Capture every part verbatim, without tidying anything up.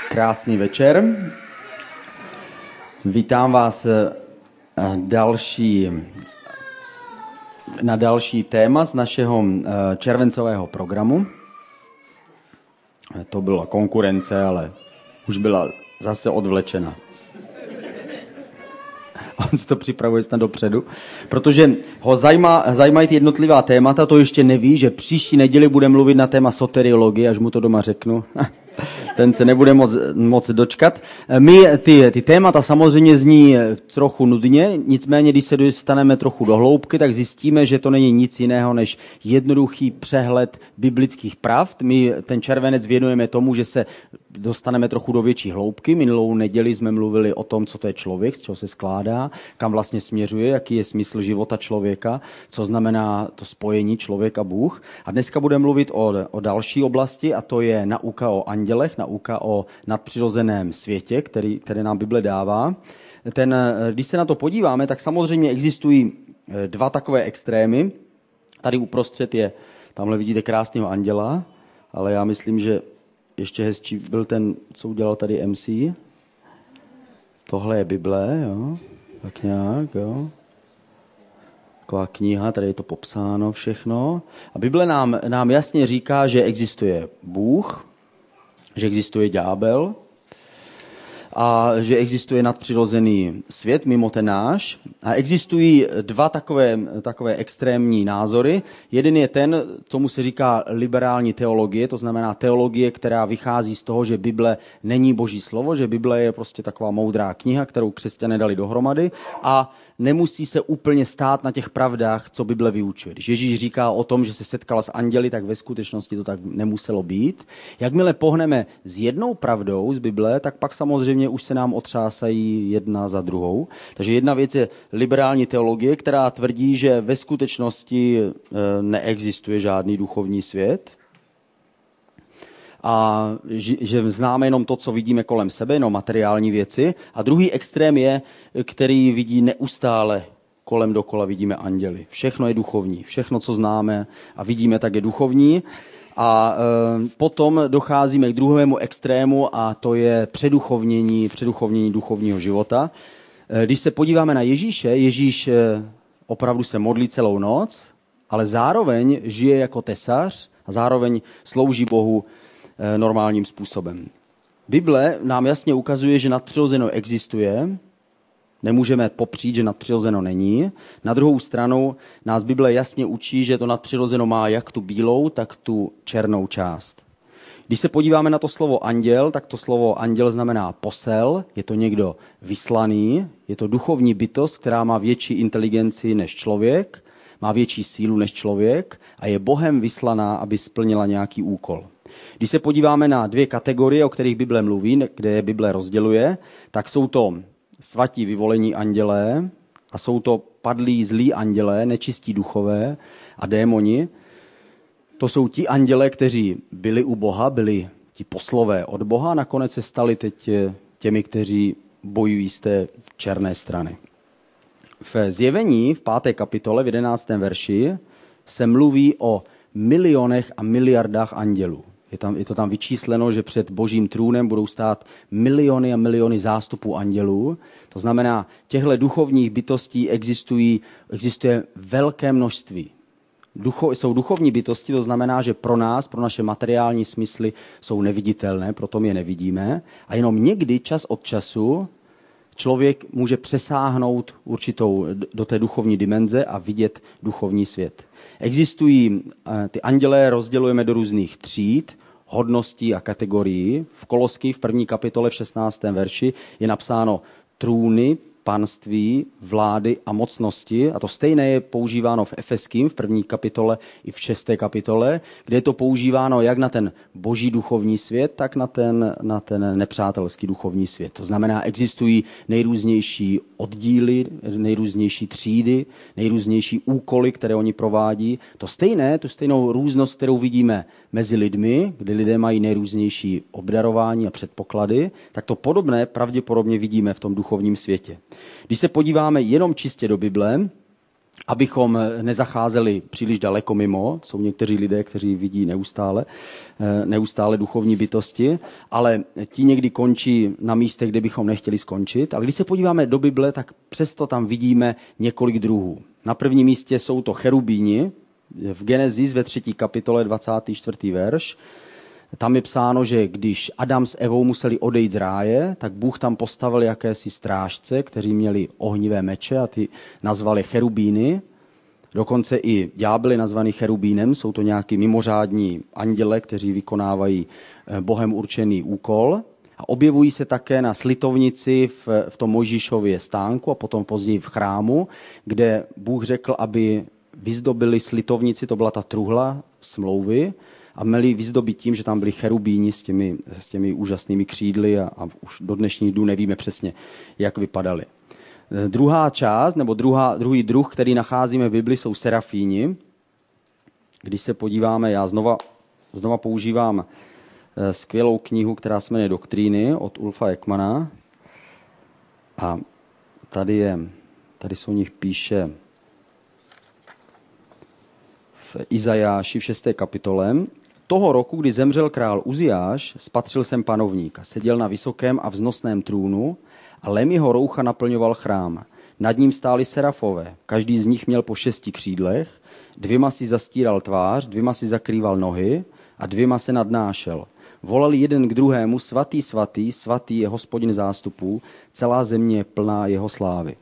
Krásný večer. Vítám vás další, na další téma z našeho červencového programu. To byla konkurence, ale už byla zase odvlečena. On si to připravuje snad dopředu, protože ho zajímá, zajímají ty jednotlivá témata, to ještě neví, že příští neděli bude mluvit na téma soteriologie, až mu to doma řeknu. Ten se nebude moc, moc dočkat. My ty, ty témata samozřejmě zní trochu nudně, nicméně, když se dostaneme trochu do hloubky, tak zjistíme, že to není nic jiného než jednoduchý přehled biblických pravd. My ten červenec věnujeme tomu, že se dostaneme trochu do větší hloubky. Minulou neděli jsme mluvili o tom, co to je člověk, z čeho se skládá, kam vlastně směřuje, jaký je smysl života člověka, co znamená to spojení člověk a Bůh. A dneska budeme mluvit o, o další oblasti, a to je nauka o andělech, nauka o nadpřirozeném světě, který, který nám Bible dává. Ten, když se na to podíváme, tak samozřejmě existují dva takové extrémy. Tady uprostřed je, tamhle vidíte krásného anděla, ale já myslím, že ještě hezčí byl ten, co udělal tady M C. Tohle je Bible, jo, tak nějak, jo. Taková kniha, tady je to popsáno všechno. A Bible nám, nám jasně říká, že existuje Bůh, že existuje ďábel a že existuje nadpřirozený svět mimo ten náš. A existují dva takové, takové extrémní názory. Jeden je ten, tomu se říká liberální teologie, to znamená teologie, která vychází z toho, že Bible není Boží slovo, že Bible je prostě taková moudrá kniha, kterou křesťané dali dohromady a nemusí se úplně stát na těch pravdách, co Bible vyučuje. Když Ježíš říká o tom, že se setkal s anděli, tak ve skutečnosti to tak nemuselo být. Jakmile pohneme s jednou pravdou z Bible, tak pak samozřejmě už se nám otřásají jedna za druhou. Takže jedna věc je liberální teologie, která tvrdí, že ve skutečnosti neexistuje žádný duchovní svět a že známe jenom to, co vidíme kolem sebe, jenom materiální věci. A druhý extrém je, který vidí neustále kolem dokola, vidíme anděly. Všechno je duchovní, všechno, co známe a vidíme, tak je duchovní. A e, potom docházíme k druhému extrému a to je předuchovnění, předuchovnění duchovního života. E, když se podíváme na Ježíše, Ježíš e, opravdu se modlí celou noc, ale zároveň žije jako tesař a zároveň slouží Bohu e, normálním způsobem. Bible nám jasně ukazuje, že nadpřirozeno existuje, nemůžeme popřít, že nadpřirozeno není. Na druhou stranu nás Bible jasně učí, že to nadpřirozeno má jak tu bílou, tak tu černou část. Když se podíváme na to slovo anděl, tak to slovo anděl znamená posel, je to někdo vyslaný, je to duchovní bytost, která má větší inteligenci než člověk, má větší sílu než člověk a je Bohem vyslaná, aby splnila nějaký úkol. Když se podíváme na dvě kategorie, o kterých Bible mluví, kde je Bible rozděluje, tak jsou to svatí vyvolení andělé a jsou to padlí zlí andělé, nečistí duchové a démoni. To jsou ti andělé, kteří byli u Boha, byli ti poslové od Boha a nakonec se stali teď těmi, kteří bojují z té černé strany. V Zjevení v páté kapitole v jedenáctém verši se mluví o milionech a miliardách andělů. Je, tam, je to tam vyčísleno, že před Božím trůnem budou stát miliony a miliony zástupů andělů. To znamená, těchto duchovních bytostí existují, existuje velké množství. Ducho, jsou duchovní bytosti, to znamená, že pro nás, pro naše materiální smysly jsou neviditelné, proto my je nevidíme. A jenom někdy, čas od času, člověk může přesáhnout určitou do té duchovní dimenze a vidět duchovní svět. Existují, ty andělé rozdělujeme do různých tříd, hodností a kategorií. V Koloských v první kapitole v šestnáctém verši je napsáno trůny, panství, vlády a mocnosti. A to stejné je používáno v Efeským v první kapitole i v šesté kapitole, kde je to používáno jak na ten boží duchovní svět, tak na ten, na ten nepřátelský duchovní svět. To znamená, existují nejrůznější oddíly, nejrůznější třídy, nejrůznější úkoly, které oni provádí. To stejné, tu stejnou různost, kterou vidíme mezi lidmi, kdy lidé mají nejrůznější obdarování a předpoklady, tak to podobné pravděpodobně vidíme v tom duchovním světě. Když se podíváme jenom čistě do Bible, abychom nezacházeli příliš daleko mimo. Jsou někteří lidé, kteří vidí neustále, neustále duchovní bytosti, ale ti někdy končí na místech, kde bychom nechtěli skončit. Ale když se podíváme do Bible, tak přesto tam vidíme několik druhů. Na prvním místě jsou to cherubíni, v Genesis ve třetí kapitole dvacátý čtvrtý verš. Tam je psáno, že když Adam s Evou museli odejít z ráje, tak Bůh tam postavil jakési strážce, kteří měli ohnivé meče a ty nazvali cherubíny. Dokonce i ďábel je nazvaný cherubínem, jsou to nějaký mimořádní anděle, kteří vykonávají Bohem určený úkol. A objevují se také na slitovnici v, v tom Mojžíšově stánku a potom později v chrámu, kde Bůh řekl, aby vyzdobili slitovnici, to byla ta truhla smlouvy, a měli vyzdobit tím, že tam byli cherubíni s těmi, s těmi úžasnými křídly a, a už do dnešních dnů nevíme přesně, jak vypadali. Druhá část, nebo druhá, druhý druh, který nacházíme v Bibli, jsou serafíni. Když se podíváme, já znova, znova používám skvělou knihu, která se jmenuje Doktríny od Ulfa Ekmana. A tady, je, tady se o nich píše v Izajáši v šesté kapitole. Toho roku, kdy zemřel král Uziáš, spatřil jsem panovníka. Seděl na vysokém a vznosném trůnu a lem jeho roucha naplňoval chrám. Nad ním stáli serafové. Každý z nich měl po šesti křídlech. Dvěma si zastíral tvář, dvěma si zakrýval nohy a dvěma se nadnášel. Volali jeden k druhému, svatý, svatý, svatý je Hospodin zástupů, celá země je plná jeho slávy.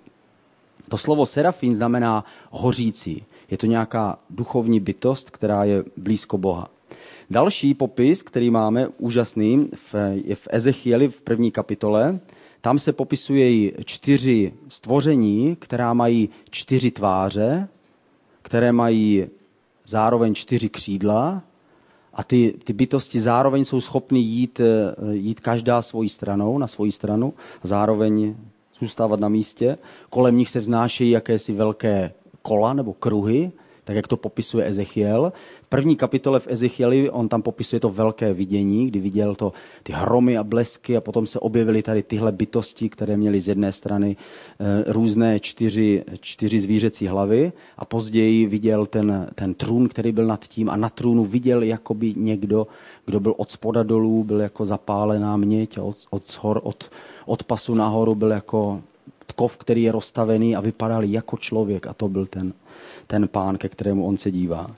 To slovo serafín znamená hořící. Je to nějaká duchovní bytost, která je blízko Boha. Další popis, který máme, úžasný, je v Ezechieli v první kapitole. Tam se popisuje čtyři stvoření, která mají čtyři tváře, které mají zároveň čtyři křídla a ty, ty bytosti zároveň jsou schopny jít, jít každá svojí stranou, na svoji stranu a zároveň zůstávat na místě. Kolem nich se vznášejí jakési velké kola nebo kruhy, tak jak to popisuje Ezechiel. V první kapitole v Ezechieli on tam popisuje to velké vidění, kdy viděl to ty hromy a blesky a potom se objevily tady tyhle bytosti, které měly z jedné strany e, různé čtyři, čtyři zvířecí hlavy a později viděl ten, ten trůn, který byl nad tím a na trůnu viděl jakoby někdo, kdo byl od spoda dolů, byl jako zapálená měď a od, od, od, od, od pasu nahoru byl jako tkov, který je rozstavený a vypadal jako člověk a to byl ten, ten pán, ke kterému on se dívá.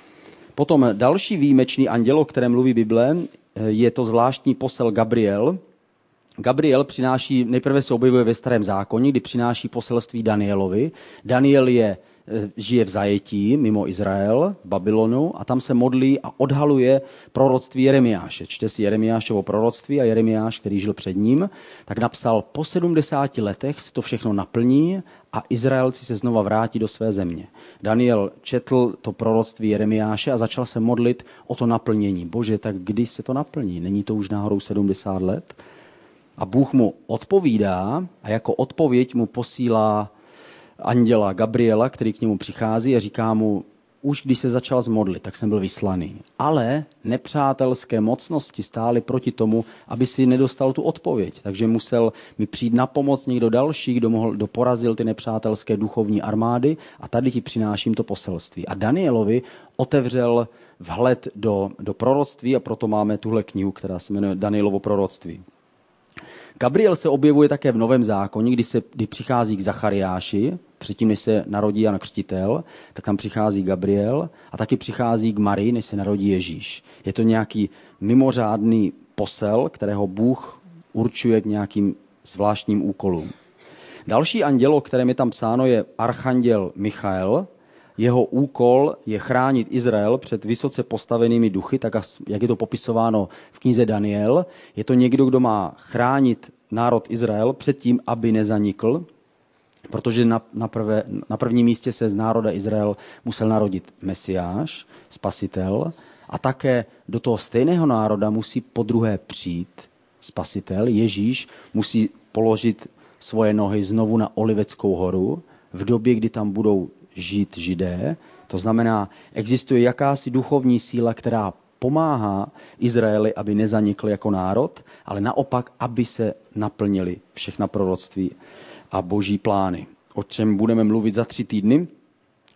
Potom další výjimečný anděl, o kterém mluví Bible, je to zvláštní posel Gabriel. Gabriel přináší, nejprve se objevuje ve Starém zákoně, kdy přináší poselství Danielovi. Daniel je, žije v zajetí mimo Izrael, v Babylonu a tam se modlí a odhaluje proroctví Jeremiáše. Čte si Jeremiášovo proroctví a Jeremiáš, který žil před ním, tak napsal, po sedmdesáti letech se to všechno naplní a Izraelci se znova vrátí do své země. Daniel četl to proroctví Jeremiáše a začal se modlit o to naplnění. Bože, tak kdy se to naplní? Není to už náhodou sedmdesát let? A Bůh mu odpovídá a jako odpověď mu posílá anděla Gabriela, který k němu přichází a říká mu, už když se začal zmodlit, tak jsem byl vyslaný. Ale nepřátelské mocnosti stály proti tomu, aby si nedostal tu odpověď. Takže musel mi přijít na pomoc někdo další, kdo, mohl, kdo porazil ty nepřátelské duchovní armády a tady ti přináším to poselství. A Danielovi otevřel vhled do, do proroctví a proto máme tuhle knihu, která se jmenuje Danielovo proroctví. Gabriel se objevuje také v Novém zákoně, kdy, se, kdy přichází k Zachariáši, předtím, než se narodí Jan Křtitel, tak tam přichází Gabriel a taky přichází k Marii, než se narodí Ježíš. Je to nějaký mimořádný posel, kterého Bůh určuje k nějakým zvláštním úkolům. Další anděl, o kterém je tam psáno, je archanděl Michael. Jeho úkol je chránit Izrael před vysoce postavenými duchy, tak jak je to popisováno v knize Daniel. Je to někdo, kdo má chránit národ Izrael před tím, aby nezanikl, protože na, na, prvé, na prvním místě se z národa Izrael musel narodit Mesiáš, spasitel, a také do toho stejného národa musí podruhé přijít spasitel. Ježíš musí položit svoje nohy znovu na Oliveckou horu v době, kdy tam budou žít Židé. To znamená, existuje jakási duchovní síla, která pomáhá Izraeli, aby nezanikl jako národ, ale naopak, aby se naplnili všechna proroctví a boží plány. O čem budeme mluvit za tři týdny.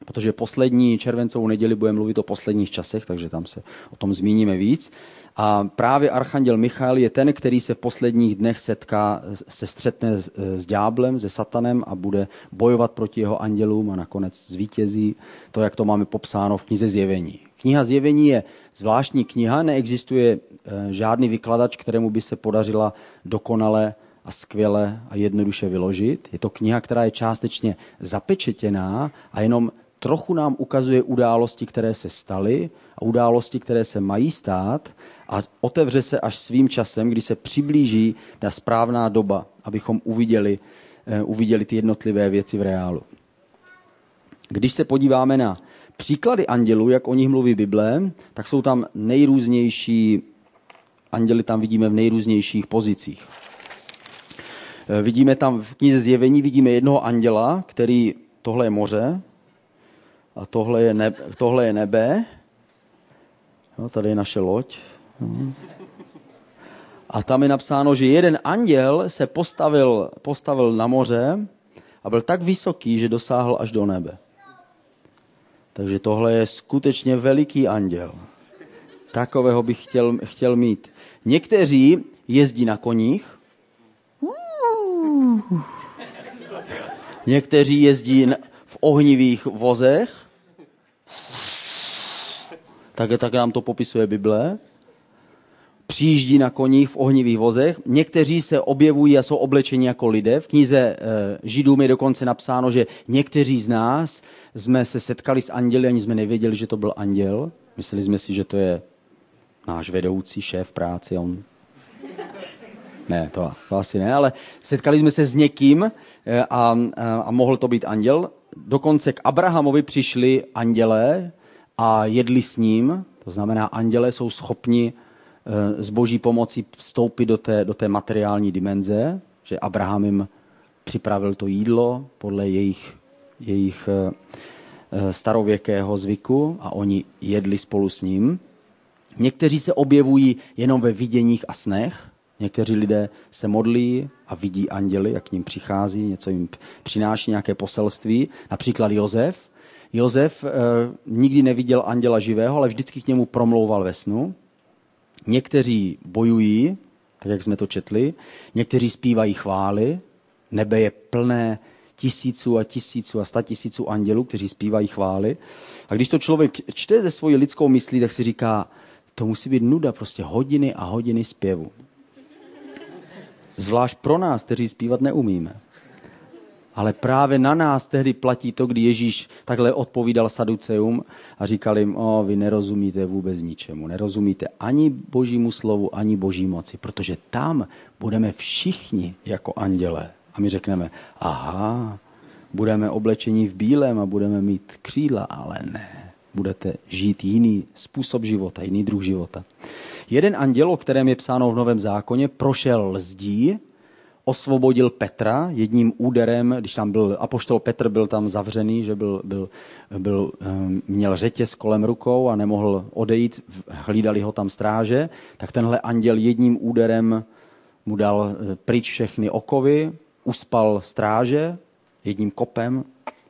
protože poslední červencovou neděli budeme mluvit o posledních časech, takže tam se o tom zmíníme víc. A právě archanděl Michael je ten, který se v posledních dnech setká, se střetne s, s ďáblem, se satanem a bude bojovat proti jeho andělům a nakonec zvítězí. To, jak to máme popsáno v knize Zjevení. Kniha Zjevení je zvláštní kniha, neexistuje žádný vykladač, kterému by se podařila dokonale a skvěle a jednoduše vyložit. Je to kniha, která je částečně zapečetěná a jenom trochu nám ukazuje události, které se staly a události, které se mají stát a otevře se až svým časem, kdy se přiblíží ta správná doba, abychom uviděli, uviděli ty jednotlivé věci v reálu. Když se podíváme na příklady andělů, jak o nich mluví Bible, tak jsou tam nejrůznější, anděly tam vidíme v nejrůznějších pozicích. Vidíme tam v knize Zjevení, vidíme jednoho anděla, který, tohle je moře a tohle je nebe. Tohle je nebe. No, tady je naše loď. No. A tam je napsáno, že jeden anděl se postavil, postavil na moře a byl tak vysoký, že dosáhl až do nebe. Takže tohle je skutečně veliký anděl. Takového bych chtěl, chtěl mít. Někteří jezdí na koních, někteří jezdí v ohnivých vozech, tak, tak nám to popisuje Bible. Přijíždí na koních v ohnivých vozech. Někteří se objevují a jsou oblečeni jako lidé. V knize e, Židům je dokonce napsáno, že někteří z nás jsme se setkali s anděli, ani jsme nevěděli, že to byl anděl. Mysleli jsme si, že to je náš vedoucí šéf práce. On... Ne, to, to asi ne, ale setkali jsme se s někým a, a, a mohl to být anděl. Dokonce k Abrahamovi přišli andělé a jedli s ním. To znamená, andělé jsou schopni s boží pomocí vstoupit do té, do té materiální dimenze, že Abraham jim připravil to jídlo podle jejich, jejich starověkého zvyku a oni jedli spolu s ním. Někteří se objevují jenom ve viděních a snech, někteří lidé se modlí a vidí anděly, jak k ním přichází, něco jim přináší, nějaké poselství. Například Josef. Josef eh, nikdy neviděl anděla živého, ale vždycky k němu promlouval ve snu. Někteří bojují, tak jak jsme to četli, někteří zpívají chvály, nebe je plné tisíců a tisíců a sta tisíců andělů, kteří zpívají chvály. A když to člověk čte ze svojí lidskou myslí, tak si říká, to musí být nuda, prostě hodiny a hodiny zpěvu. Zvlášť pro nás, kteří zpívat neumíme. Ale právě na nás tehdy platí to, kdy Ježíš takhle odpovídal Saduceum a říkal jim, o, vy nerozumíte vůbec ničemu, nerozumíte ani božímu slovu, ani boží moci, protože tam budeme všichni jako andělé. A my řekneme, aha, budeme oblečeni v bílém a budeme mít křídla, ale ne, budete žít jiný způsob života, jiný druh života. Jeden anděl, o kterém je psáno v Novém zákoně, prošel zdí, osvobodil Petra jedním úderem, když tam byl apoštol Petr, byl tam zavřený, že byl, byl, byl, měl řetěz kolem rukou a nemohl odejít, hlídali ho tam stráže, tak tenhle anděl jedním úderem mu dal pryč všechny okovy, uspal stráže jedním kopem,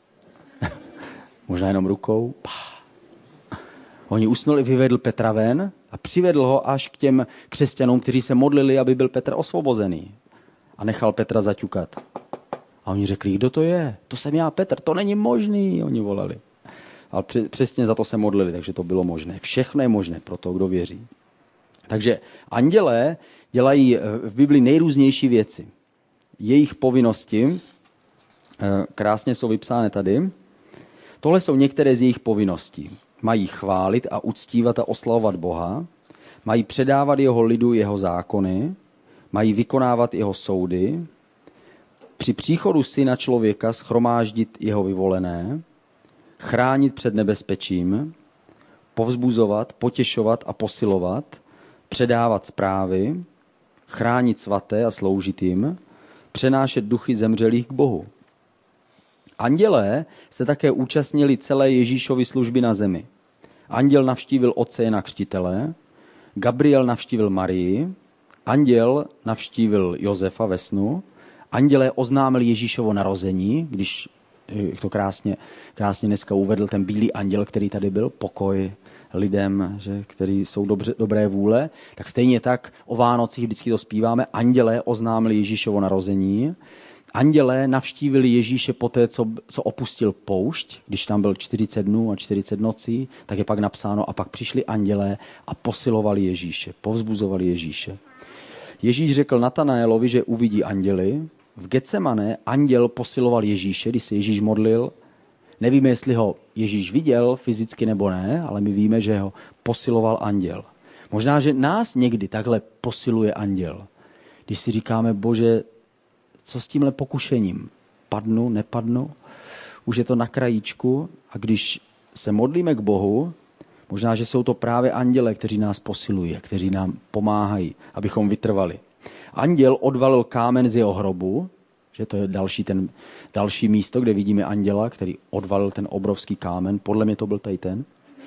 možná jenom rukou. Oni usnuli, vyvedl Petra ven a přivedl ho až k těm křesťanům, kteří se modlili, aby byl Petr osvobozený. A nechal Petra zaťukat. A oni řekli, kdo to je? To jsem já, Petr, to není možný, oni volali. Ale přesně za to se modlili, takže to bylo možné. Všechno je možné pro to, kdo věří. Takže andělé dělají v Bibli nejrůznější věci. Jejich povinnosti, krásně jsou vypsány tady, tohle jsou některé z jejich povinností. Mají chválit a uctívat a oslavovat Boha, mají předávat jeho lidu jeho zákony, mají vykonávat jeho soudy, při příchodu syna člověka shromáždit jeho vyvolené, chránit před nebezpečím, povzbuzovat, potěšovat a posilovat, předávat zprávy, chránit svaté a sloužit jim, přenášet duchy zemřelých k Bohu. Andělé se také účastnili celé Ježíšovy služby na zemi. Anděl navštívil otce Jana Křtitele, Gabriel navštívil Marii, anděl navštívil Josefa ve snu, andělé oznámili Ježíšovo narození, když jak to krásně, krásně dneska uvedl ten bílý anděl, který tady byl, pokoj lidem, že, který jsou dobře, dobré vůle, tak stejně tak o Vánocích vždycky to zpíváme, andělé oznámili Ježíšovo narození. Andělé navštívili Ježíše poté, co, co opustil poušť, když tam byl čtyřicet dnů a čtyřicet nocí, tak je pak napsáno, a pak přišli andělé a posilovali Ježíše, povzbuzovali Ježíše. Ježíš řekl Natanaelovi, že uvidí anděly. V Getsemane anděl posiloval Ježíše, když se Ježíš modlil. Nevíme, jestli ho Ježíš viděl fyzicky nebo ne, ale my víme, že ho posiloval anděl. Možná, že nás někdy takhle posiluje anděl. Když si říkáme, Bože, co s tímhle pokušením? Padnu, nepadnu? Už je to na krajíčku a když se modlíme k Bohu, možná, že jsou to právě anděle, kteří nás posilují, kteří nám pomáhají, abychom vytrvali. Anděl odvalil kámen z jeho hrobu, že to je další, ten, další místo, kde vidíme anděla, který odvalil ten obrovský kámen. Podle mě to byl tady ten.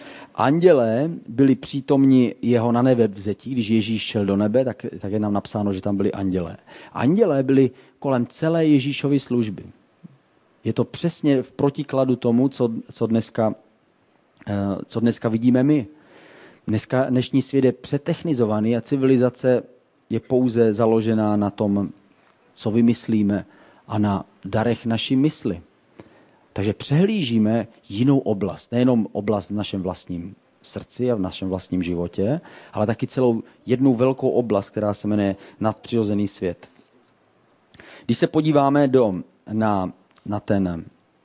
Andělé byli přítomni jeho na nebe vzetí, když Ježíš šel do nebe, tak, tak je nám napsáno, že tam byli andělé. Andělé byli kolem celé Ježíšovy služby. Je to přesně v protikladu tomu, co, co, dneska, co dneska vidíme my. Dneska dnešní svět je přetechnizovaný a civilizace je pouze založená na tom, co vymyslíme a na darech naší mysli. Takže přehlížíme jinou oblast, nejenom oblast v našem vlastním srdci a v našem vlastním životě, ale taky celou jednu velkou oblast, která se jmenuje nadpřirozený svět. Když se podíváme do, na, na, ten,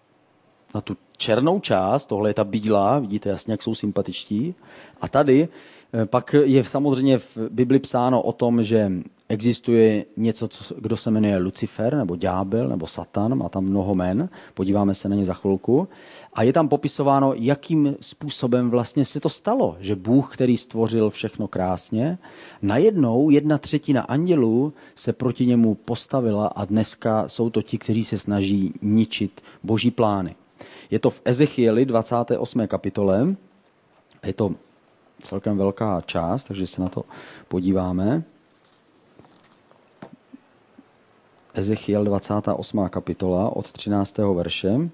na tu černou část, tohle je ta bílá, vidíte jasně, jak jsou sympatičtí, a tady pak je samozřejmě v Bibli psáno o tom, že existuje něco, co, kdo se jmenuje Lucifer, nebo ďábel, nebo Satan, má tam mnoho jmen, podíváme se na ně za chvilku. A je tam popisováno, jakým způsobem vlastně se to stalo, že Bůh, který stvořil všechno krásně, najednou jedna třetina andělů se proti němu postavila a dneska jsou to ti, kteří se snaží ničit boží plány. Je to v Ezechieli dvacáté osmé kapitole, je to celkem velká část, takže se na to podíváme. Ezechiel dvacátá osmá kapitola od třináctého verše.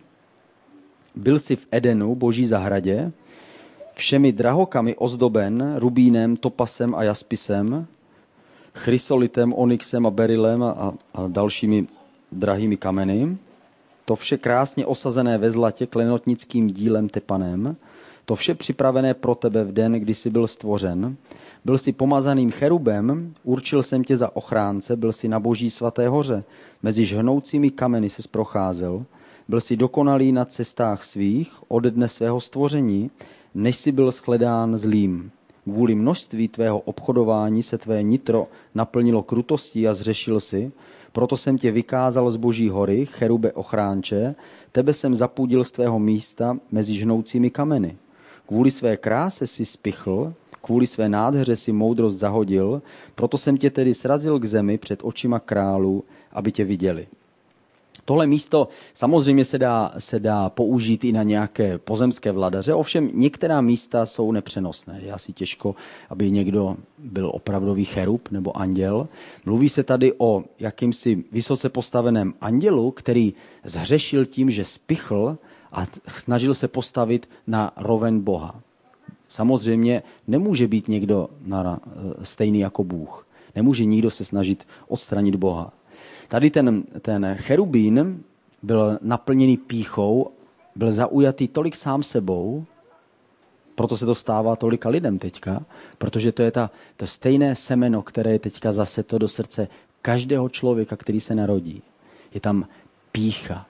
Byl jsi v Edenu, boží zahradě, všemi drahokami ozdoben, rubínem, topasem a jaspisem, chrysolitem, onyxem a berylem a, a dalšími drahými kameny. To vše krásně osazené ve zlatě klenotnickým dílem tepanem, to vše připravené pro tebe v den, kdy jsi byl stvořen. Byl jsi pomazaným cherubem, určil jsem tě za ochránce, byl jsi na boží svaté hoře, mezi žhnoucími kameny ses procházel, byl jsi dokonalý na cestách svých od dne svého stvoření, než jsi byl shledán zlým. Kvůli množství tvého obchodování se tvé nitro naplnilo krutostí a zřešil si, proto jsem tě vykázal z boží hory, cherube ochránče, tebe jsem zapudil z tvého místa mezi žhnoucími kameny. Kvůli své kráse si spichl, kvůli své nádheře si moudrost zahodil, proto jsem tě tedy srazil k zemi před očima králů, aby tě viděli. Tohle místo samozřejmě se dá, se dá použít i na nějaké pozemské vladaře, ovšem některá místa jsou nepřenosné. Je asi těžko, aby někdo byl opravdový cherub nebo anděl. Mluví se tady o jakýmsi vysoce postaveném andělu, který zhřešil tím, že spichl a snažil se postavit na roveň Boha. Samozřejmě nemůže být někdo na, stejný jako Bůh. Nemůže nikdo se snažit odstranit Boha. Tady ten, ten cherubín byl naplněný pýchou, byl zaujatý tolik sám sebou, proto se to stává tolika lidem teďka, protože to je ta, to stejné semeno, které je teďka zaseto do srdce každého člověka, který se narodí. Je tam pýcha.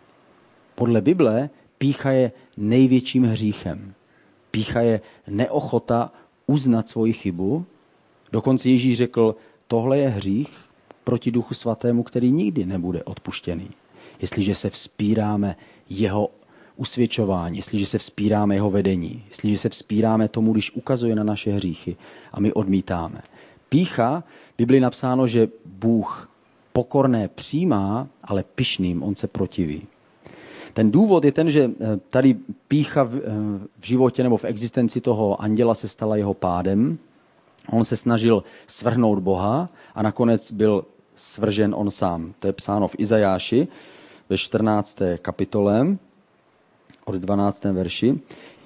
Podle Bible pýcha je největším hříchem. Pýcha je neochota uznat svoji chybu. Dokonce Ježíš řekl, tohle je hřích proti Duchu Svatému, který nikdy nebude odpuštěný. Jestliže se vzpíráme jeho usvědčování, jestliže se vzpíráme jeho vedení, jestliže se vzpíráme tomu, když ukazuje na naše hříchy a my odmítáme. Pýcha, v Biblii napsáno, že Bůh pokorné přijímá, ale pyšným on se protiví. Ten důvod je ten, že tady pýcha v, v životě nebo v existenci toho anděla se stala jeho pádem. On se snažil svrhnout Boha a nakonec byl svržen on sám. To je psáno v Izajáši ve čtrnácté kapitole od dvanáctém verši.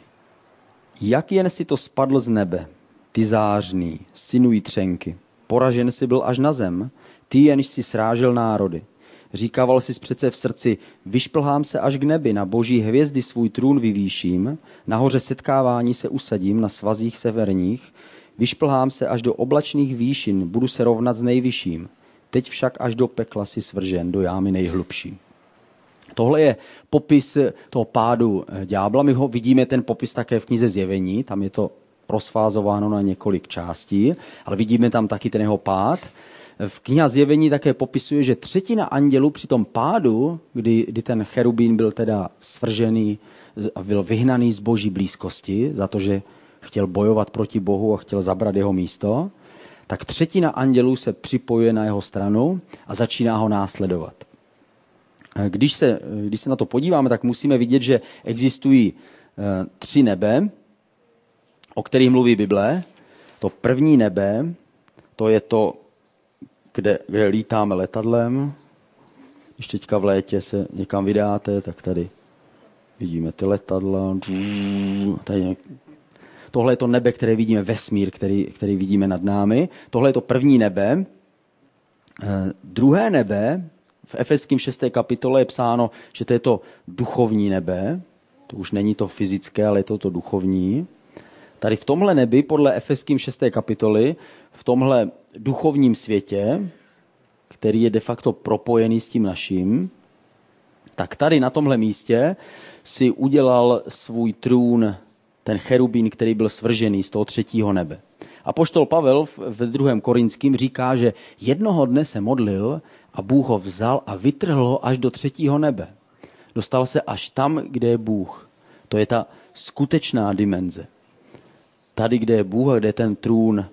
Jak jen si to spadl z nebe, ty zářný, synu Jitřenky, poražen si byl až na zem, ty jenž si srážel národy. Říkával jsi přece v srdci, vyšplhám se až k nebi, na boží hvězdy svůj trůn vyvýším, nahoře setkávání se usadím, na svazích severních, vyšplhám se až do oblačných výšin, budu se rovnat s nejvyšším. Teď však až do pekla si svržen, do jámy nejhlubší. Tohle je popis toho pádu ďábla. My ho vidíme, ten popis také v knize Zjevení, tam je to rozfázováno na několik částí, ale vidíme tam taky ten jeho pád. V knize Zjevení také popisuje, že třetina andělů při tom pádu, kdy, kdy ten cherubín byl teda svržený a byl vyhnaný z boží blízkosti, za to, že chtěl bojovat proti Bohu a chtěl zabrat jeho místo, tak třetina andělů se připojuje na jeho stranu a začíná ho následovat. Když se, když se na to podíváme, tak musíme vidět, že existují tři nebe, o kterých mluví Bible. To první nebe, to je to, kde, kde lítáme letadlem. Když teďka v létě se někam vydáte, tak tady vidíme ty letadla. Tady Tohle je to nebe, které vidíme, vesmír, který, který vidíme nad námi. Tohle je to první nebe. Druhé nebe, v Efeským šesté kapitole je psáno, že to je to duchovní nebe. To už není to fyzické, ale je to to duchovní. Tady v tomhle nebi, podle Efeským šesté kapitoly, v tomhle duchovním světě, který je de facto propojený s tím naším, tak tady na tomhle místě si udělal svůj trůn ten cherubín, který byl svržený z toho třetího nebe. Apoštol Pavel ve druhém Korinským říká, že jednoho dne se modlil a Bůh ho vzal a vytrhl ho až do třetího nebe. Dostal se až tam, kde je Bůh. To je ta skutečná dimenze. Tady, kde je Bůh a kde ten trůn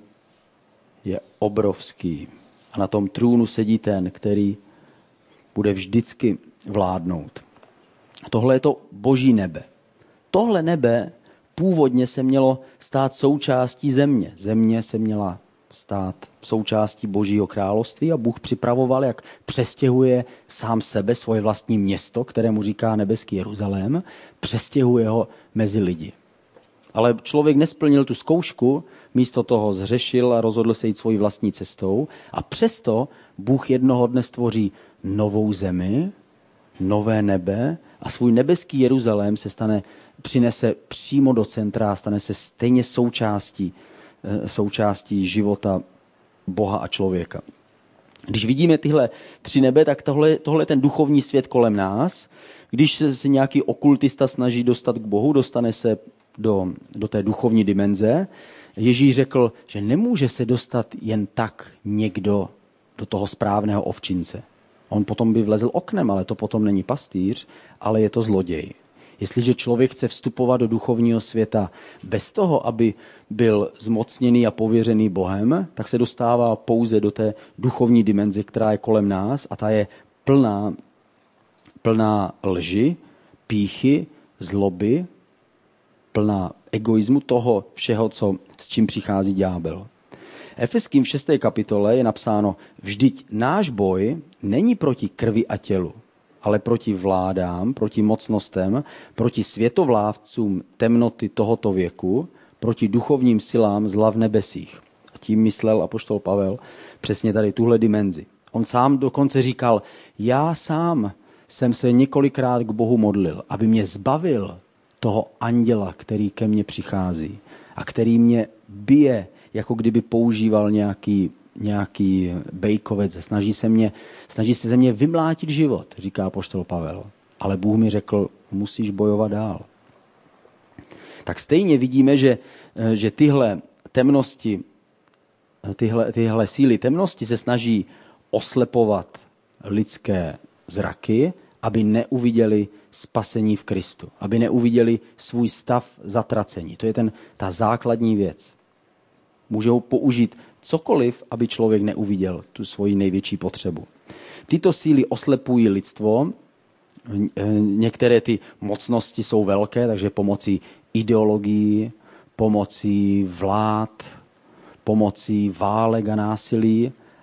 je obrovský. A na tom trůnu sedí ten, který bude vždycky vládnout. Tohle je to boží nebe. Tohle nebe původně se mělo stát součástí země. Země se měla stát součástí Božího království a Bůh připravoval, jak přestěhuje sám sebe, svoje vlastní město, kterému říká nebeský Jeruzalém, přestěhuje ho mezi lidi. Ale člověk nesplnil tu zkoušku, místo toho zřešil a rozhodl se jít svojí vlastní cestou a přesto Bůh jednoho dne stvoří novou zemi, nové nebe a svůj nebeský Jeruzalém se stane, přinese přímo do centra a stane se stejně součástí, součástí života Boha a člověka. Když vidíme tyhle tři nebe, tak tohle, tohle je ten duchovní svět kolem nás. Když se nějaký okultista snaží dostat k Bohu, dostane se do, do té duchovní dimenze. Ježíš řekl, že nemůže se dostat jen tak někdo do toho správného ovčince. On potom by vlezl oknem, ale to potom není pastýř, ale je to zloděj. Jestliže člověk chce vstupovat do duchovního světa bez toho, aby byl zmocněný a pověřený Bohem, tak se dostává pouze do té duchovní dimenze, která je kolem nás a ta je plná, plná lži, pýchy, zloby, plná egoismu toho všeho, co, s čím přichází ďábel. Efeským v šesté kapitole je napsáno, vždyť náš boj není proti krvi a tělu, ale proti vládám, proti mocnostem, proti světovládcům temnoty tohoto věku, proti duchovním silám zla v nebesích. A tím myslel apoštol Pavel přesně tady tuhle dimenzi. On sám dokonce říkal, já sám jsem se několikrát k Bohu modlil, aby mě zbavil toho anděla, který ke mně přichází a který mě bije, jako kdyby používal nějaký, nějaký bejkovec. Snaží se, mě, snaží se ze mě vymlátit život, říká apoštol Pavel. Ale Bůh mi řekl, musíš bojovat dál. Tak stejně vidíme, že, že tyhle temnosti, tyhle, tyhle síly temnosti se snaží oslepovat lidské zraky, aby neuviděli spasení v Kristu, aby neuviděli svůj stav zatracení. To je ten, ta základní věc. Můžou použít cokoliv, aby člověk neuviděl tu svoji největší potřebu. Tyto síly oslepují lidstvo. Některé ty mocnosti jsou velké, takže pomocí ideologií, pomocí vlád, pomocí válek a násilí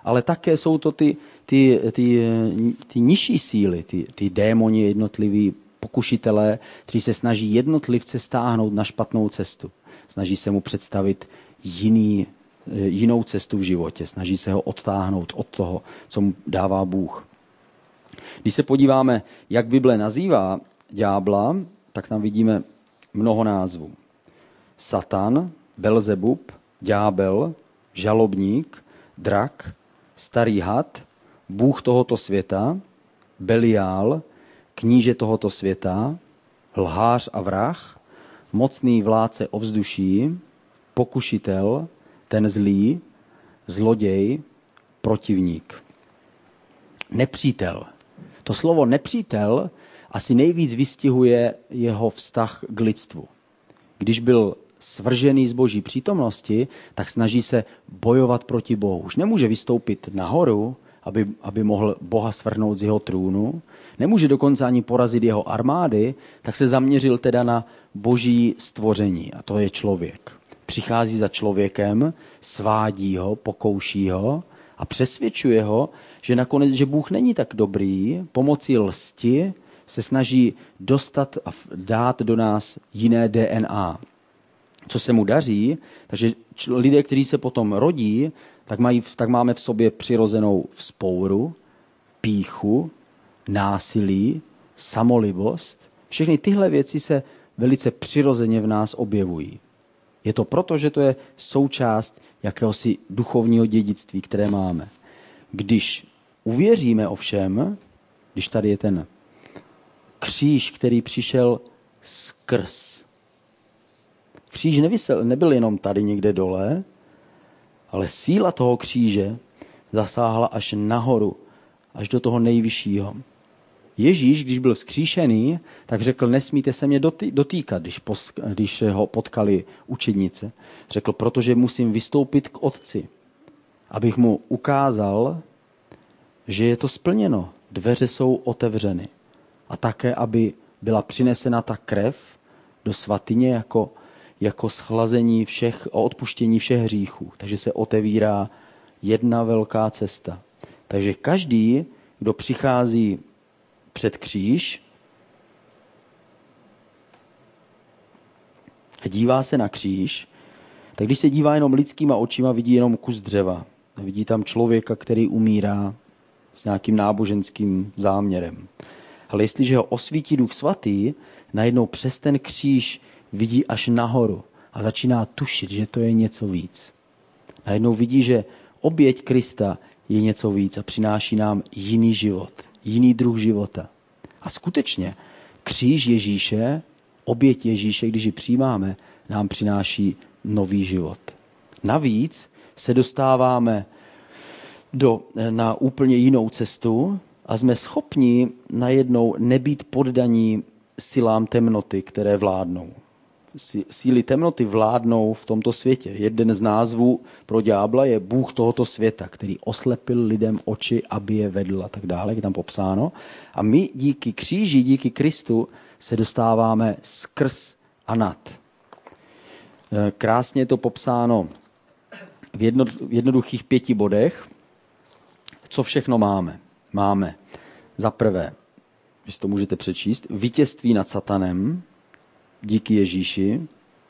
ale také jsou to ty, ty, ty, ty nižší síly, ty, ty démoni jednotliví, pokušitelé, kteří se snaží jednotlivce stáhnout na špatnou cestu. Snaží se mu představit jiný, jinou cestu v životě. Snaží se ho odtáhnout od toho, co mu dává Bůh. Když se podíváme, jak Bible nazývá ďábla, tak tam vidíme mnoho názvů. Satan, Belzebub, ďábel, žalobník, drak, starý had, bůh tohoto světa, Beliál, kníže tohoto světa, lhář a vrah, mocný vládce ovzduší, pokušitel, ten zlý, zloděj, protivník. Nepřítel. To slovo nepřítel asi nejvíc vystihuje jeho vztah k lidstvu. Když byl svržený z Boží přítomnosti, tak snaží se bojovat proti Bohu. Už nemůže vystoupit nahoru, aby, aby mohl Boha svrhnout z jeho trůnu. Nemůže dokonce ani porazit jeho armády, tak se zaměřil teda na Boží stvoření. A to je člověk. Přichází za člověkem, svádí ho, pokouší ho a přesvědčuje ho, že nakonec, že Bůh není tak dobrý, pomocí lsti se snaží dostat a dát do nás jiné D N A. Co se mu daří, takže lidé, kteří se potom rodí, tak, mají, tak máme v sobě přirozenou vzpouru, pýchu, násilí, samolibost. Všechny tyhle věci se velice přirozeně v nás objevují. Je to proto, že to je součást jakéhosi duchovního dědictví, které máme. Když uvěříme ovšem, když tady je ten kříž, který přišel skrz. Kříž nevysel, nebyl jenom tady někde dole, ale síla toho kříže zasáhla až nahoru, až do toho nejvyššího. Ježíš, když byl vzkříšený, tak řekl, nesmíte se mě dotýkat, když, pos, když ho potkali učednice. Řekl, protože musím vystoupit k Otci, abych mu ukázal, že je to splněno. Dveře jsou otevřeny. A také, aby byla přinesena ta krev do svatyně jako, jako schlazení všech, o odpuštění všech hříchů. Takže se otevírá jedna velká cesta. Takže každý, kdo přichází před kříž a dívá se na kříž, tak když se dívá jenom lidskýma očima, vidí jenom kus dřeva. Vidí tam člověka, který umírá s nějakým náboženským záměrem. Ale jestliže ho osvítí Duch Svatý, najednou přes ten kříž vidí až nahoru a začíná tušit, že to je něco víc. Najednou vidí, že oběť Krista je něco víc a přináší nám jiný život, jiný druh života. A skutečně kříž Ježíše, oběť Ježíše, když ji přijímáme, nám přináší nový život. Navíc se dostáváme do, na úplně jinou cestu a jsme schopni najednou nebýt poddaní silám temnoty, které vládnou. Síly temnoty vládnou v tomto světě. Jeden z názvů pro ďábla je Bůh tohoto světa, který oslepil lidem oči, aby je vedl a tak dále, je tam popsáno. A my díky kříži, díky Kristu se dostáváme skrz a nad. Krásně je to popsáno v, jedno, v jednoduchých pěti bodech. Co všechno máme? Máme za prvé, vy si to můžete přečíst, vítězství nad satanem, díky Ježíši.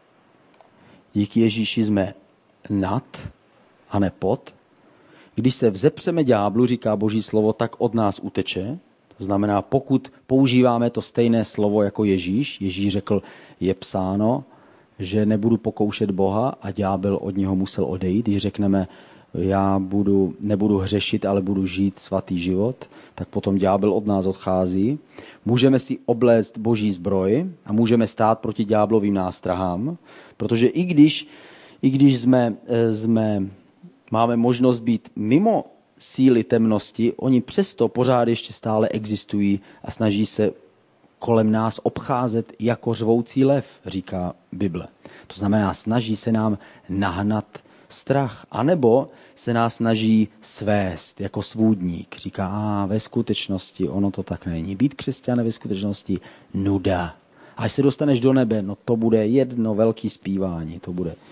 Díky Ježíši jsme nad a ne pod. Když se vzepřeme ďáblu, říká Boží slovo, tak od nás uteče. To znamená, pokud používáme to stejné slovo jako Ježíš, Ježíš řekl, je psáno, že nebudu pokoušet Boha a ďábel od něho musel odejít. Když řekneme, já budu, nebudu hřešit, ale budu žít svatý život, tak potom ďábel od nás odchází. Můžeme si obléct Boží zbroj a můžeme stát proti ďáblovým nástrahám, protože i když, i když jsme, jsme, máme možnost být mimo síly temnosti, oni přesto pořád ještě stále existují a snaží se kolem nás obcházet jako řvoucí lev, říká Bible. To znamená, snaží se nám nahnat strach, anebo se nás snaží svést jako svůdník. Říká, a ve skutečnosti ono to tak není. Být křesťanem ve skutečnosti nuda. Až se dostaneš do nebe, no to bude jedno velké zpívání. To bude,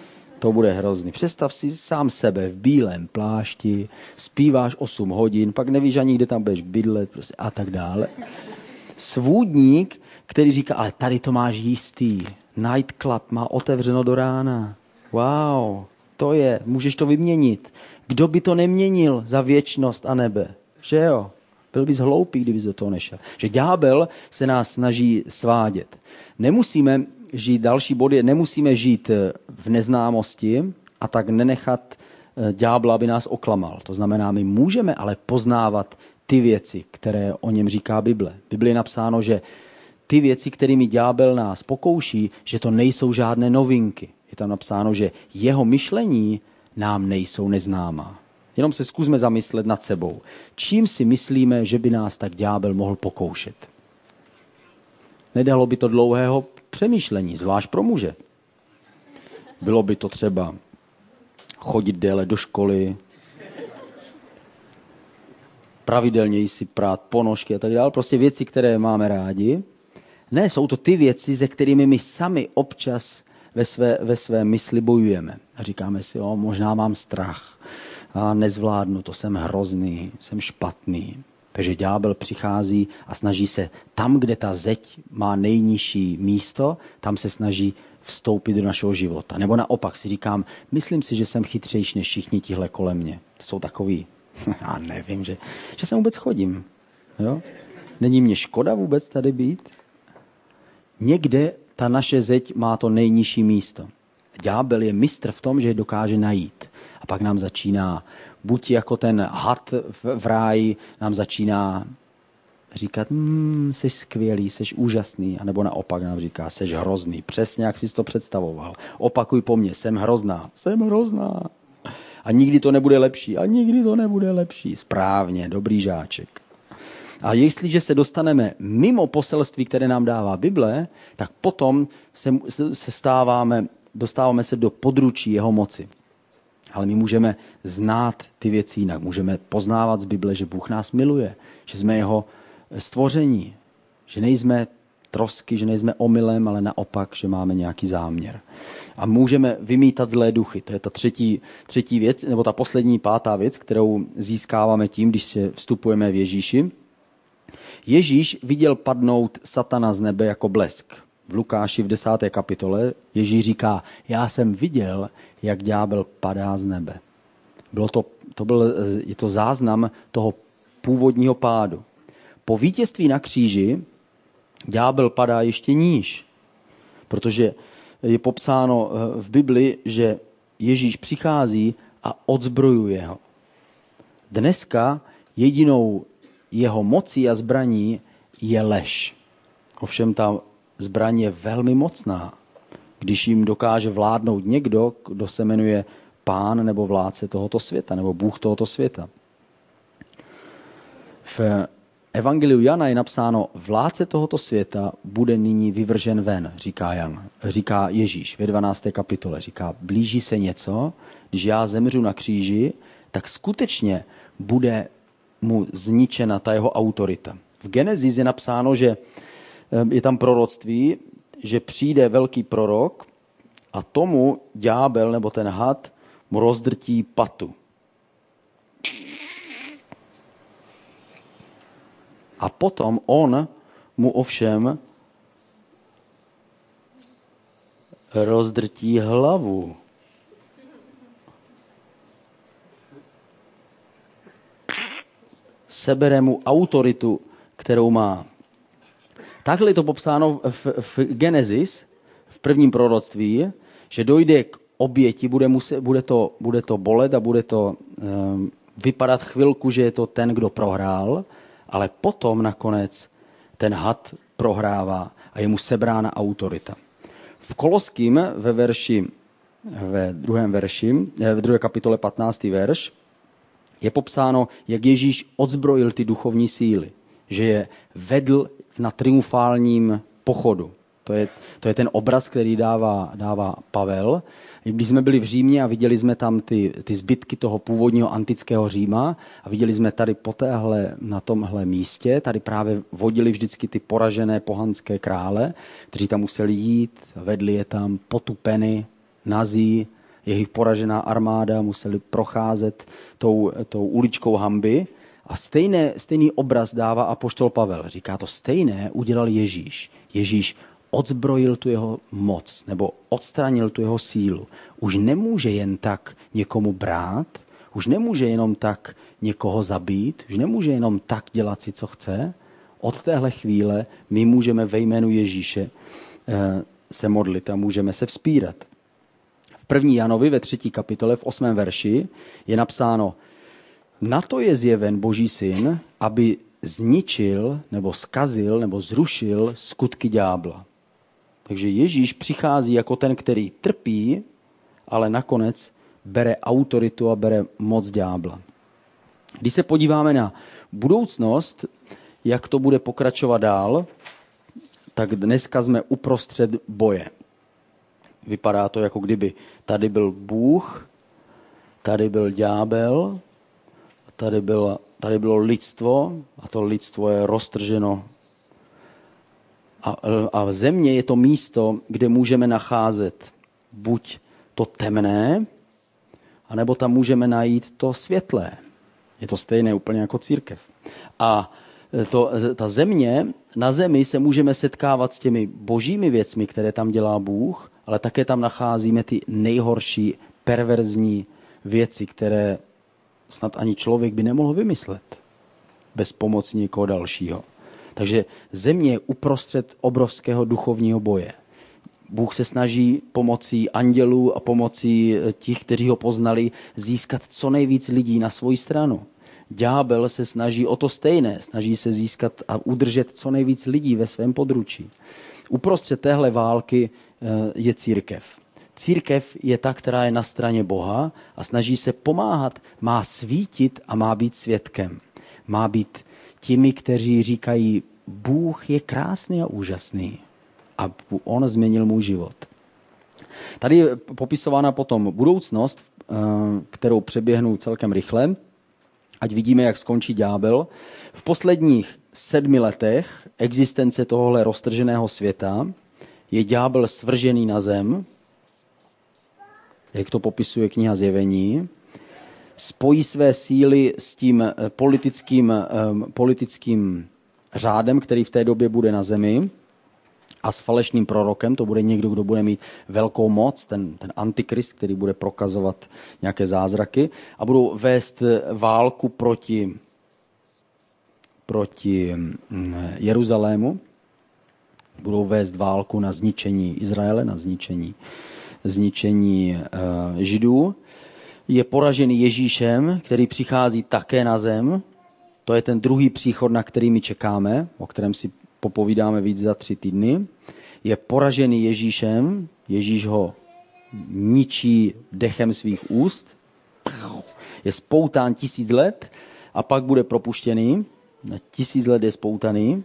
To bude hrozný. Představ si sám sebe v bílém plášti, zpíváš osm hodin, pak nevíš ani, kde tam budeš bydlet prostě a tak dále. Svůdník, který říká, ale tady to máš jistý. Nightclub má otevřeno do rána. Wow, to je, můžeš to vyměnit. Kdo by to neměnil za věčnost a nebe? Že jo? Byl bys hloupý, kdybys do toho nešel. Že ďábel se nás snaží svádět. Nemusíme žít, další bod je, nemusíme žít v neznámosti a tak nenechat ďábla, aby nás oklamal. To znamená, my můžeme ale poznávat ty věci, které o něm říká Bible. V Bibli je napsáno, že ty věci, kterými ďábel nás pokouší, že to nejsou žádné novinky. Je tam napsáno, že jeho myšlení nám nejsou neznámá. Jenom se zkusme zamyslet nad sebou. Čím si myslíme, že by nás tak ďábel mohl pokoušet? Nedalo by to dlouhého přemýšlení, zvlášť pro muže. Bylo by to třeba chodit déle do školy, pravidelněji si prát ponožky a tak dále. Prostě věci, které máme rádi. Ne, jsou to ty věci, se kterými my sami občas ve své, ve své mysli bojujeme. A říkáme si, o, možná mám strach a nezvládnu, to jsem hrozný, jsem špatný. Takže ďábel přichází a snaží se tam, kde ta zeď má nejnižší místo, tam se snaží vstoupit do našeho života. Nebo naopak si říkám, myslím si, že jsem chytřejší než všichni tihle kolem mě. To jsou takový, já nevím, že, že sem vůbec chodím. Jo? Není mě škoda vůbec tady být? Někde ta naše zeď má to nejnižší místo. Ďábel je mistr v tom, že je dokáže najít. A pak nám začíná, buď jako ten had v, v ráji, nám začíná říkat, mmm, jsi skvělý, jsi úžasný, anebo naopak nám říká, jsi hrozný, přesně jak jsi to představoval. Opakuj po mně, jsem hrozná, jsem hrozná. A nikdy to nebude lepší, a nikdy to nebude lepší. Správně, dobrý žáček. A jestliže se dostaneme mimo poselství, které nám dává Bible, tak potom se, se stáváme, dostáváme se do područí jeho moci. Ale my můžeme znát ty věci jinak. Můžeme poznávat z Bible, že Bůh nás miluje, že jsme jeho stvoření, že nejsme trosky, že nejsme omylem, ale naopak, že máme nějaký záměr. A můžeme vymítat zlé duchy. To je ta třetí, třetí věc, nebo ta poslední, pátá věc, kterou získáváme tím, když se vstupujeme v Ježíši. Ježíš viděl padnout satana z nebe jako blesk. V Lukáši v desáté kapitole Ježíš říká, já jsem viděl, jak ďábel padá z nebe. Bylo to, to byl, je to záznam toho původního pádu. Po vítězství na kříži ďábel padá ještě níž, protože je popsáno v Bibli, že Ježíš přichází a odzbrojuje ho. Dneska jedinou jeho mocí a zbraní je lež. Ovšem ta zbraň je velmi mocná. Když jim dokáže vládnout někdo, kdo se jmenuje pán nebo vládce tohoto světa, nebo Bůh tohoto světa. V Evangeliu Jana je napsáno, vládce tohoto světa bude nyní vyvržen ven, říká Jan, říká Ježíš ve dvanácté kapitole. Říká, blíží se něco, když já zemřu na kříži, tak skutečně bude mu zničena ta jeho autorita. V Genesis je napsáno, že je tam proroctví, že přijde velký prorok a tomu ďábel nebo ten had mu rozdrtí patu. A potom on mu ovšem rozdrtí hlavu. Sebere mu autoritu, kterou má. Takhle je to popsáno v, v Genesis, v prvním proroctví, že dojde k oběti, bude, muset, bude, to, bude to bolet a bude to um, vypadat chvilku, že je to ten, kdo prohrál, ale potom nakonec ten had prohrává a je mu sebrána autorita. V Koloským ve verši, ve druhém verši, v druhé kapitole patnáctý verš, je popsáno, jak Ježíš odzbrojil ty duchovní síly, že je vedl na triumfálním pochodu. To je, to je ten obraz, který dává, dává Pavel. Když jsme byli v Římě a viděli jsme tam ty, ty zbytky toho původního antického Říma a viděli jsme tady po téhle, na tomhle místě, tady právě vodili vždycky ty poražené pohanské krále, kteří tam museli jít, vedli je tam potupeny, nazí, jejich poražená armáda, museli procházet tou, tou uličkou hanby. A stejné, stejný obraz dává apoštol Pavel. Říká to stejné udělal Ježíš. Ježíš odzbrojil tu jeho moc nebo odstranil tu jeho sílu. Už nemůže jen tak někomu brát, už nemůže jenom tak někoho zabít, už nemůže jenom tak dělat si, co chce. Od téhle chvíle my můžeme ve jménu Ježíše se modlit a můžeme se vzpírat. V první Janovi ve třetí kapitole v osmém verši je napsáno: na to je zjeven Boží syn, aby zničil nebo skazil nebo zrušil skutky ďábla. Takže Ježíš přichází jako ten, který trpí, ale nakonec bere autoritu a bere moc ďábla. Když se podíváme na budoucnost, jak to bude pokračovat dál, tak dneska jsme uprostřed boje. Vypadá to, jako kdyby tady byl Bůh, tady byl ďábel, tady bylo, tady bylo lidstvo a to lidstvo je roztrženo. A, a země je to místo, kde můžeme nacházet buď to temné, anebo tam můžeme najít to světlé. Je to stejné úplně jako církev. A to, ta země, na zemi se můžeme setkávat s těmi božími věcmi, které tam dělá Bůh, ale také tam nacházíme ty nejhorší, perverzní věci, které snad ani člověk by nemohl vymyslet bez pomoci někoho dalšího. Takže země je uprostřed obrovského duchovního boje. Bůh se snaží pomocí andělů a pomocí těch, kteří ho poznali, získat co nejvíc lidí na svoji stranu. Ďábel se snaží o to stejné, snaží se získat a udržet co nejvíc lidí ve svém područí. Uprostřed téhle války je církev. Církev je ta, která je na straně Boha a snaží se pomáhat, má svítit a má být svědkem. Má být těmi, kteří říkají, Bůh je krásný a úžasný a on změnil můj život. Tady je popisována potom budoucnost, kterou přeběhnu celkem rychle, ať vidíme, jak skončí ďábel. V posledních sedmi letech existence tohohle roztrženého světa je ďábel svržený na zem, jak to popisuje kniha Zjevení, spojí své síly s tím politickým, politickým řádem, který v té době bude na zemi, a s falešným prorokem, to bude někdo, kdo bude mít velkou moc, ten, ten antikrist, který bude prokazovat nějaké zázraky a budou vést válku proti, proti Jeruzalému, budou vést válku na zničení Izraele, na zničení, zničení uh, Židů. Je poražený Ježíšem, který přichází také na zem. To je ten druhý příchod, na který my čekáme, o kterém si popovídáme víc za tři týdny. Je poražený Ježíšem, Ježíš ho ničí dechem svých úst, je spoután tisíc let a pak bude propuštěný. Na tisíc let je spoutaný.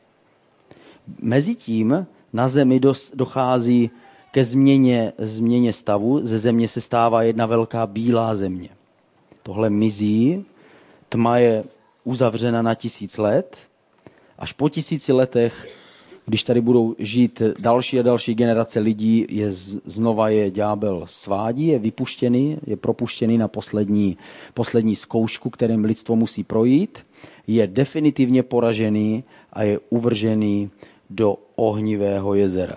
Mezitím na zemi dochází ke změně, změně stavu. Ze země se stává jedna velká bílá země. Tohle mizí, tma je uzavřena na tisíc let. Až po tisíci letech, když tady budou žít další a další generace lidí, je znova je ďábel svádí, je vypuštěný, je propuštěný na poslední, poslední zkoušku, kterým lidstvo musí projít, je definitivně poražený a je uvržený do ohnivého jezera.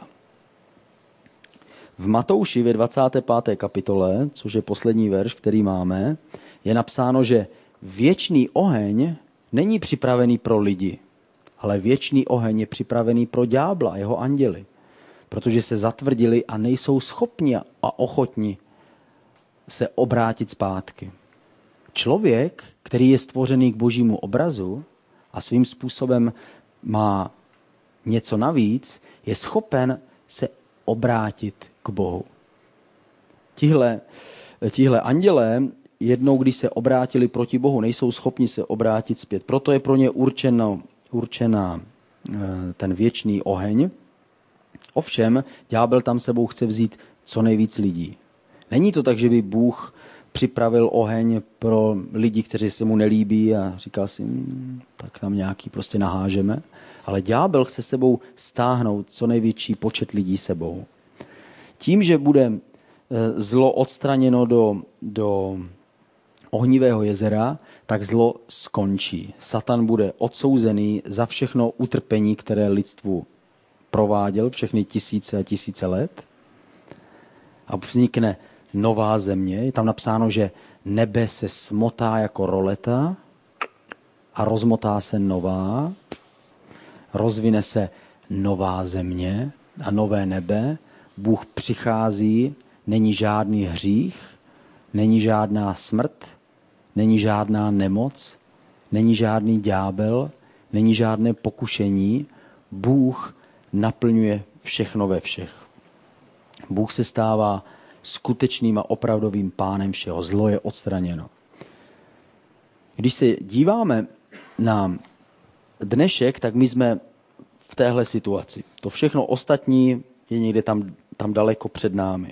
V Matouši ve dvacáté páté kapitole, což je poslední verš, který máme, je napsáno, že věčný oheň není připravený pro lidi, ale věčný oheň je připravený pro ďábla a jeho anděly, protože se zatvrdili a nejsou schopni a ochotni se obrátit zpátky. Člověk, který je stvořený k božímu obrazu a svým způsobem má něco navíc, je schopen se obrátit k Bohu. Tihle, tihle andělé jednou, když se obrátili proti Bohu, nejsou schopni se obrátit zpět. Proto je pro ně určeno, určená ten věčný oheň. Ovšem, ďábel tam sebou chce vzít co nejvíc lidí. Není to tak, že by Bůh připravil oheň pro lidi, kteří se mu nelíbí a říkal si, hm, tak tam nějaký prostě nahážeme. Ale ďábel chce sebou stáhnout co největší počet lidí sebou. Tím, že bude zlo odstraněno do, do ohnivého jezera, tak zlo skončí. Satan bude odsouzený za všechno utrpení, které lidstvu prováděl všechny tisíce a tisíce let. A vznikne nová země. Je tam napsáno, že nebe se smotá jako roleta a rozmotá se nová. Rozvine se nová země a nové nebe. Bůh přichází, není žádný hřích, není žádná smrt, není žádná nemoc, není žádný ďábel, není žádné pokušení. Bůh naplňuje všechno ve všech. Bůh se stává skutečným a opravdovým pánem všeho. Zlo je odstraněno. Když se díváme na dnešek, tak my jsme v téhle situaci. To všechno ostatní je někde tam, tam daleko před námi.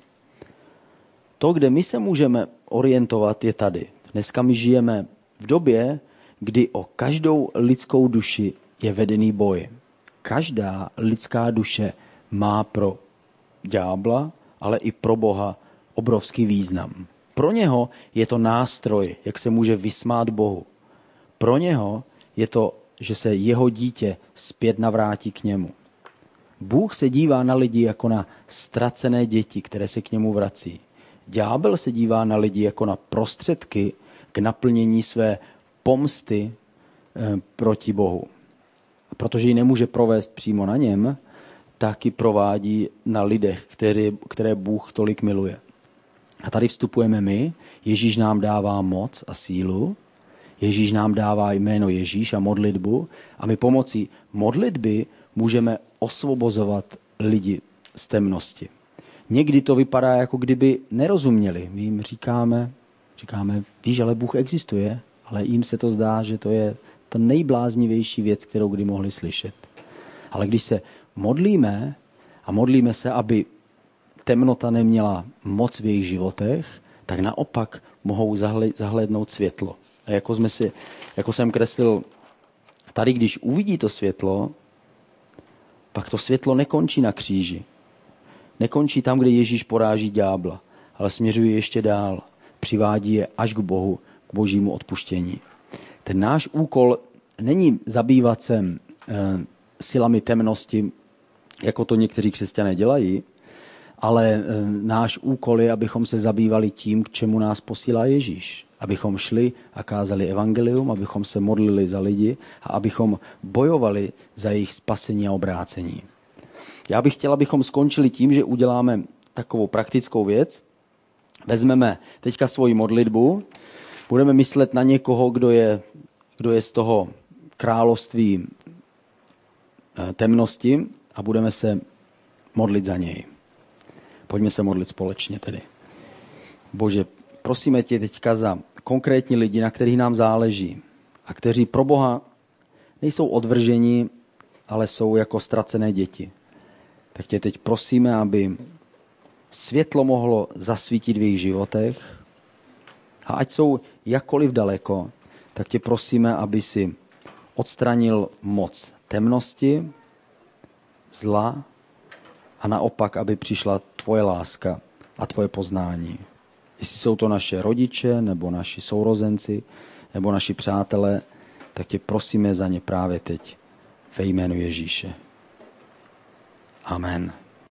To, kde my se můžeme orientovat, je tady. Dneska my žijeme v době, kdy o každou lidskou duši je vedený boj. Každá lidská duše má pro ďábla, ale i pro Boha obrovský význam. Pro něho je to nástroj, jak se může vysmát Bohu. Pro něho je to, že se jeho dítě zpět navrátí k němu. Bůh se dívá na lidi jako na ztracené děti, které se k němu vrací. Ďábel se dívá na lidi jako na prostředky k naplnění své pomsty eh, proti Bohu. A protože ji nemůže provést přímo na něm, tak ji provádí na lidech, které, které Bůh tolik miluje. A tady vstupujeme my. Ježíš nám dává moc a sílu. Ježíš nám dává jméno Ježíš a modlitbu. A my pomocí modlitby můžeme osvobozovat lidi z temnosti. Někdy to vypadá, jako kdyby nerozuměli. My jim říkáme, říkáme, víš, ale Bůh existuje, ale jim se to zdá, že to je ta nejbláznivější věc, kterou kdy mohli slyšet. Ale když se modlíme a modlíme se, aby temnota neměla moc v jejich životech, tak naopak mohou zahlédnout světlo. A jako, jsme si, jako jsem kreslil, tady když uvidí to světlo, pak to světlo nekončí na kříži. Nekončí tam, kde Ježíš poráží ďábla, ale směřuje ještě dál. Přivádí je až k Bohu, k božímu odpuštění. Ten náš úkol není zabývat se e, silami temnosti, jako to někteří křesťané dělají, ale e, náš úkol je, abychom se zabývali tím, k čemu nás posílá Ježíš. Abychom šli a kázali evangelium, abychom se modlili za lidi a abychom bojovali za jejich spasení a obrácení. Já bych chtěl, abychom skončili tím, že uděláme takovou praktickou věc. Vezmeme teďka svoji modlitbu, budeme myslet na někoho, kdo je, kdo je z toho království temnosti a budeme se modlit za něj. Pojďme se modlit společně tedy. Bože, prosíme tě teďka za konkrétní lidi, na kterých nám záleží a kteří pro Boha nejsou odvrženi, ale jsou jako ztracené děti. Tak tě teď prosíme, aby světlo mohlo zasvítit v jejich životech a ať jsou jakkoliv daleko, tak tě prosíme, aby si odstranil moc temnosti, zla a naopak, aby přišla tvoje láska a tvoje poznání. Jestli jsou to naše rodiče, nebo naši sourozenci, nebo naši přátelé, tak tě prosíme za ně právě teď ve jménu Ježíše. Amen.